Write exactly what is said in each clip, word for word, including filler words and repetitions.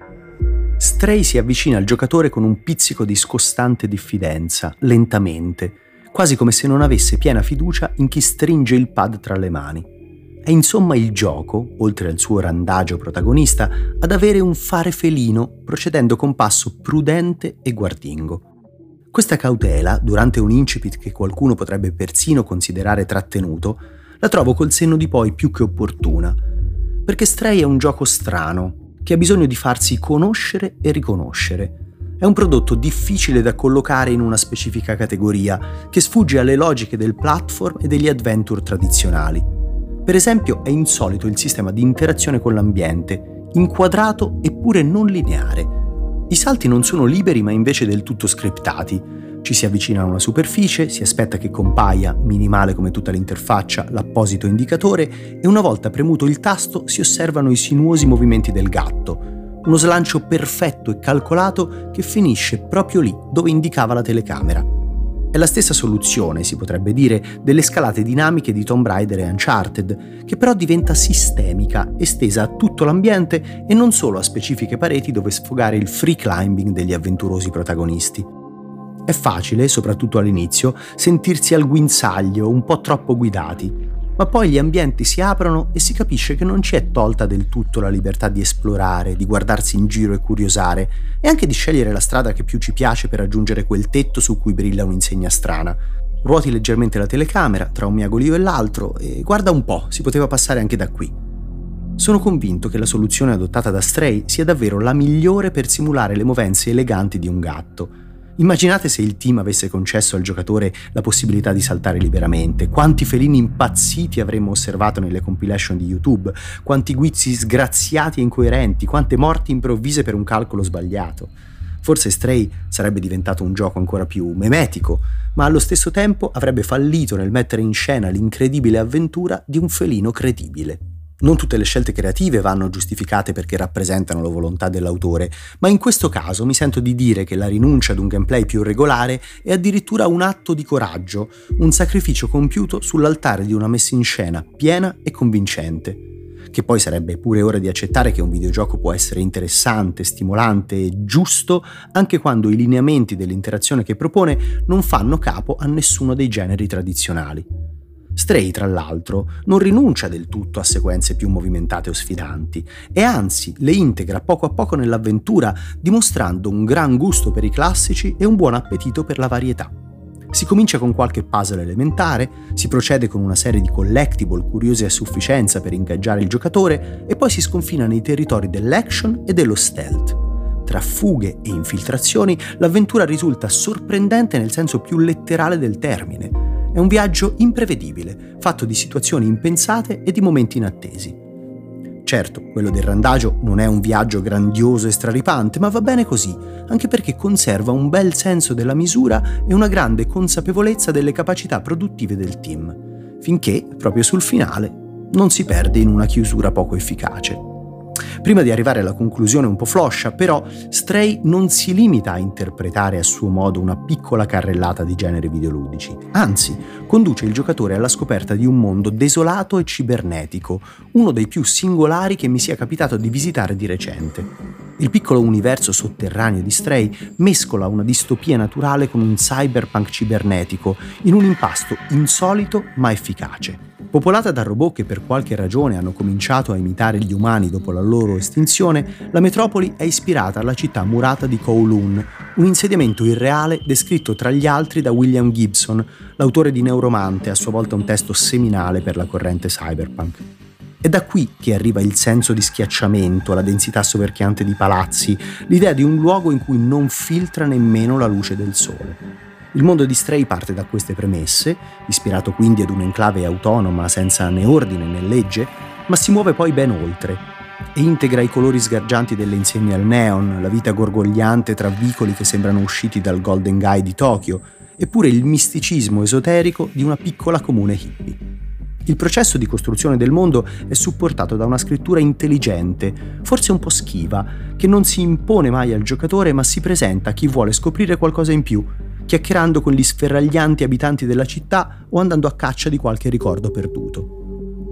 Stray si avvicina al giocatore con un pizzico di scostante diffidenza, lentamente, quasi come se non avesse piena fiducia in chi stringe il pad tra le mani. È insomma il gioco, oltre al suo randagio protagonista, ad avere un fare felino, procedendo con passo prudente e guardingo. Questa cautela, durante un incipit che qualcuno potrebbe persino considerare trattenuto, la trovo col senno di poi più che opportuna, perché Stray è un gioco strano, che ha bisogno di farsi conoscere e riconoscere. È un prodotto difficile da collocare in una specifica categoria, che sfugge alle logiche del platform e degli adventure tradizionali. Per esempio, è insolito il sistema di interazione con l'ambiente, inquadrato eppure non lineare. I salti non sono liberi ma invece del tutto scriptati. Ci si avvicina a una superficie, si aspetta che compaia, minimale come tutta l'interfaccia, l'apposito indicatore e una volta premuto il tasto si osservano i sinuosi movimenti del gatto. Uno slancio perfetto e calcolato che finisce proprio lì dove indicava la telecamera. È la stessa soluzione, si potrebbe dire, delle scalate dinamiche di Tomb Raider e Uncharted, che però diventa sistemica, estesa a tutto l'ambiente e non solo a specifiche pareti dove sfogare il free climbing degli avventurosi protagonisti. È facile, soprattutto all'inizio, sentirsi al guinzaglio, un po' troppo guidati, ma poi gli ambienti si aprono e si capisce che non ci è tolta del tutto la libertà di esplorare, di guardarsi in giro e curiosare, e anche di scegliere la strada che più ci piace per raggiungere quel tetto su cui brilla un'insegna strana. Ruoti leggermente la telecamera, tra un miagolio e l'altro, e guarda un po', si poteva passare anche da qui. Sono convinto che la soluzione adottata da Stray sia davvero la migliore per simulare le movenze eleganti di un gatto. Immaginate se il team avesse concesso al giocatore la possibilità di saltare liberamente, quanti felini impazziti avremmo osservato nelle compilation di YouTube, quanti guizzi sgraziati e incoerenti, quante morti improvvise per un calcolo sbagliato. Forse Stray sarebbe diventato un gioco ancora più memetico, ma allo stesso tempo avrebbe fallito nel mettere in scena l'incredibile avventura di un felino credibile. Non tutte le scelte creative vanno giustificate perché rappresentano la volontà dell'autore, ma in questo caso mi sento di dire che la rinuncia ad un gameplay più regolare è addirittura un atto di coraggio, un sacrificio compiuto sull'altare di una messa in scena piena e convincente. Che poi sarebbe pure ora di accettare che un videogioco può essere interessante, stimolante e giusto anche quando i lineamenti dell'interazione che propone non fanno capo a nessuno dei generi tradizionali. Stray, tra l'altro, non rinuncia del tutto a sequenze più movimentate o sfidanti, e anzi le integra poco a poco nell'avventura, dimostrando un gran gusto per i classici e un buon appetito per la varietà. Si comincia con qualche puzzle elementare, si procede con una serie di collectible curiosi a sufficienza per ingaggiare il giocatore e poi si sconfina nei territori dell'action e dello stealth. Tra fughe e infiltrazioni, l'avventura risulta sorprendente nel senso più letterale del termine. È un viaggio imprevedibile, fatto di situazioni impensate e di momenti inattesi. Certo, quello del randagio non è un viaggio grandioso e straripante, ma va bene così, anche perché conserva un bel senso della misura e una grande consapevolezza delle capacità produttive del team, finché, proprio sul finale, non si perde in una chiusura poco efficace. Prima di arrivare alla conclusione un po' floscia, però, Stray non si limita a interpretare a suo modo una piccola carrellata di generi videoludici. Anzi, conduce il giocatore alla scoperta di un mondo desolato e cibernetico, uno dei più singolari che mi sia capitato di visitare di recente. Il piccolo universo sotterraneo di Stray mescola una distopia naturale con un cyberpunk cibernetico, in un impasto insolito ma efficace. Popolata da robot che per qualche ragione hanno cominciato a imitare gli umani dopo la loro estinzione, la metropoli è ispirata alla città murata di Kowloon, un insediamento irreale descritto tra gli altri da William Gibson, l'autore di Neuromante, a sua volta un testo seminale per la corrente cyberpunk. È da qui che arriva il senso di schiacciamento, la densità soverchiante di palazzi, l'idea di un luogo in cui non filtra nemmeno la luce del sole. Il mondo di Stray parte da queste premesse, ispirato quindi ad un'enclave autonoma senza né ordine né legge, ma si muove poi ben oltre e integra i colori sgargianti delle insegne al neon, la vita gorgogliante tra vicoli che sembrano usciti dal Golden Gai di Tokyo, eppure il misticismo esoterico di una piccola comune hippie. Il processo di costruzione del mondo è supportato da una scrittura intelligente, forse un po' schiva, che non si impone mai al giocatore ma si presenta a chi vuole scoprire qualcosa in più, chiacchierando con gli sferraglianti abitanti della città o andando a caccia di qualche ricordo perduto.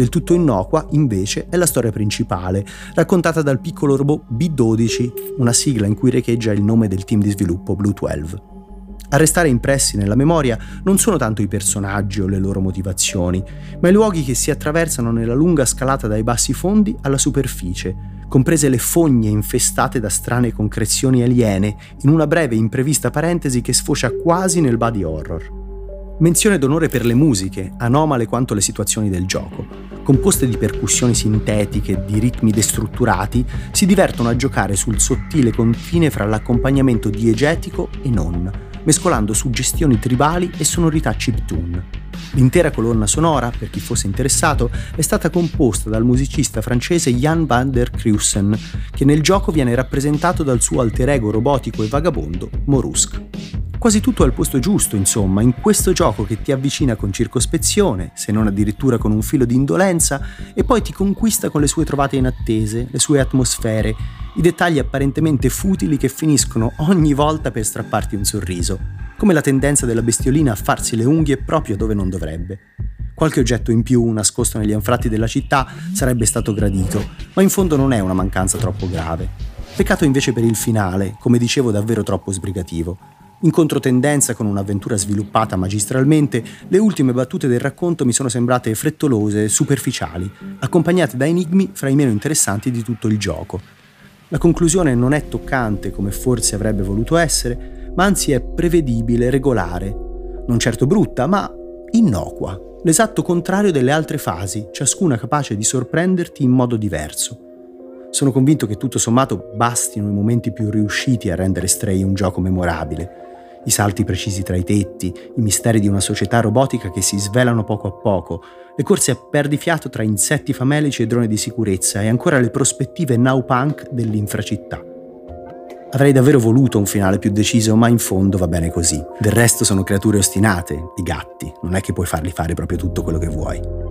Del tutto innocua, invece, è la storia principale, raccontata dal piccolo robot B dodici, una sigla in cui riecheggia il nome del team di sviluppo Blue dodici. A restare impressi nella memoria non sono tanto i personaggi o le loro motivazioni, ma i luoghi che si attraversano nella lunga scalata dai bassi fondi alla superficie, comprese le fogne infestate da strane concrezioni aliene, in una breve e imprevista parentesi che sfocia quasi nel body horror. Menzione d'onore per le musiche, anomale quanto le situazioni del gioco. Composte di percussioni sintetiche e di ritmi destrutturati, si divertono a giocare sul sottile confine fra l'accompagnamento diegetico e non, mescolando suggestioni tribali e sonorità chiptune. L'intera colonna sonora, per chi fosse interessato, è stata composta dal musicista francese Jan van der Kruisen, che nel gioco viene rappresentato dal suo alter ego robotico e vagabondo Morusk. Quasi tutto al posto giusto, insomma, in questo gioco che ti avvicina con circospezione, se non addirittura con un filo di indolenza, e poi ti conquista con le sue trovate inattese, le sue atmosfere, i dettagli apparentemente futili che finiscono ogni volta per strapparti un sorriso, come la tendenza della bestiolina a farsi le unghie proprio dove non dovrebbe. Qualche oggetto in più, nascosto negli anfratti della città, sarebbe stato gradito, ma in fondo non è una mancanza troppo grave. Peccato invece per il finale, come dicevo davvero troppo sbrigativo. In controtendenza con un'avventura sviluppata magistralmente, le ultime battute del racconto mi sono sembrate frettolose e superficiali, accompagnate da enigmi fra i meno interessanti di tutto il gioco. La conclusione non è toccante come forse avrebbe voluto essere, ma anzi è prevedibile, regolare. Non certo brutta, ma innocua, l'esatto contrario delle altre fasi, ciascuna capace di sorprenderti in modo diverso. Sono convinto che tutto sommato bastino i momenti più riusciti a rendere Stray un gioco memorabile. I salti precisi tra i tetti, i misteri di una società robotica che si svelano poco a poco, le corse a perdifiato tra insetti famelici e droni di sicurezza e ancora le prospettive now-punk dell'infracittà. Avrei davvero voluto un finale più deciso, ma in fondo va bene così. Del resto sono creature ostinate, i gatti, non è che puoi farli fare proprio tutto quello che vuoi.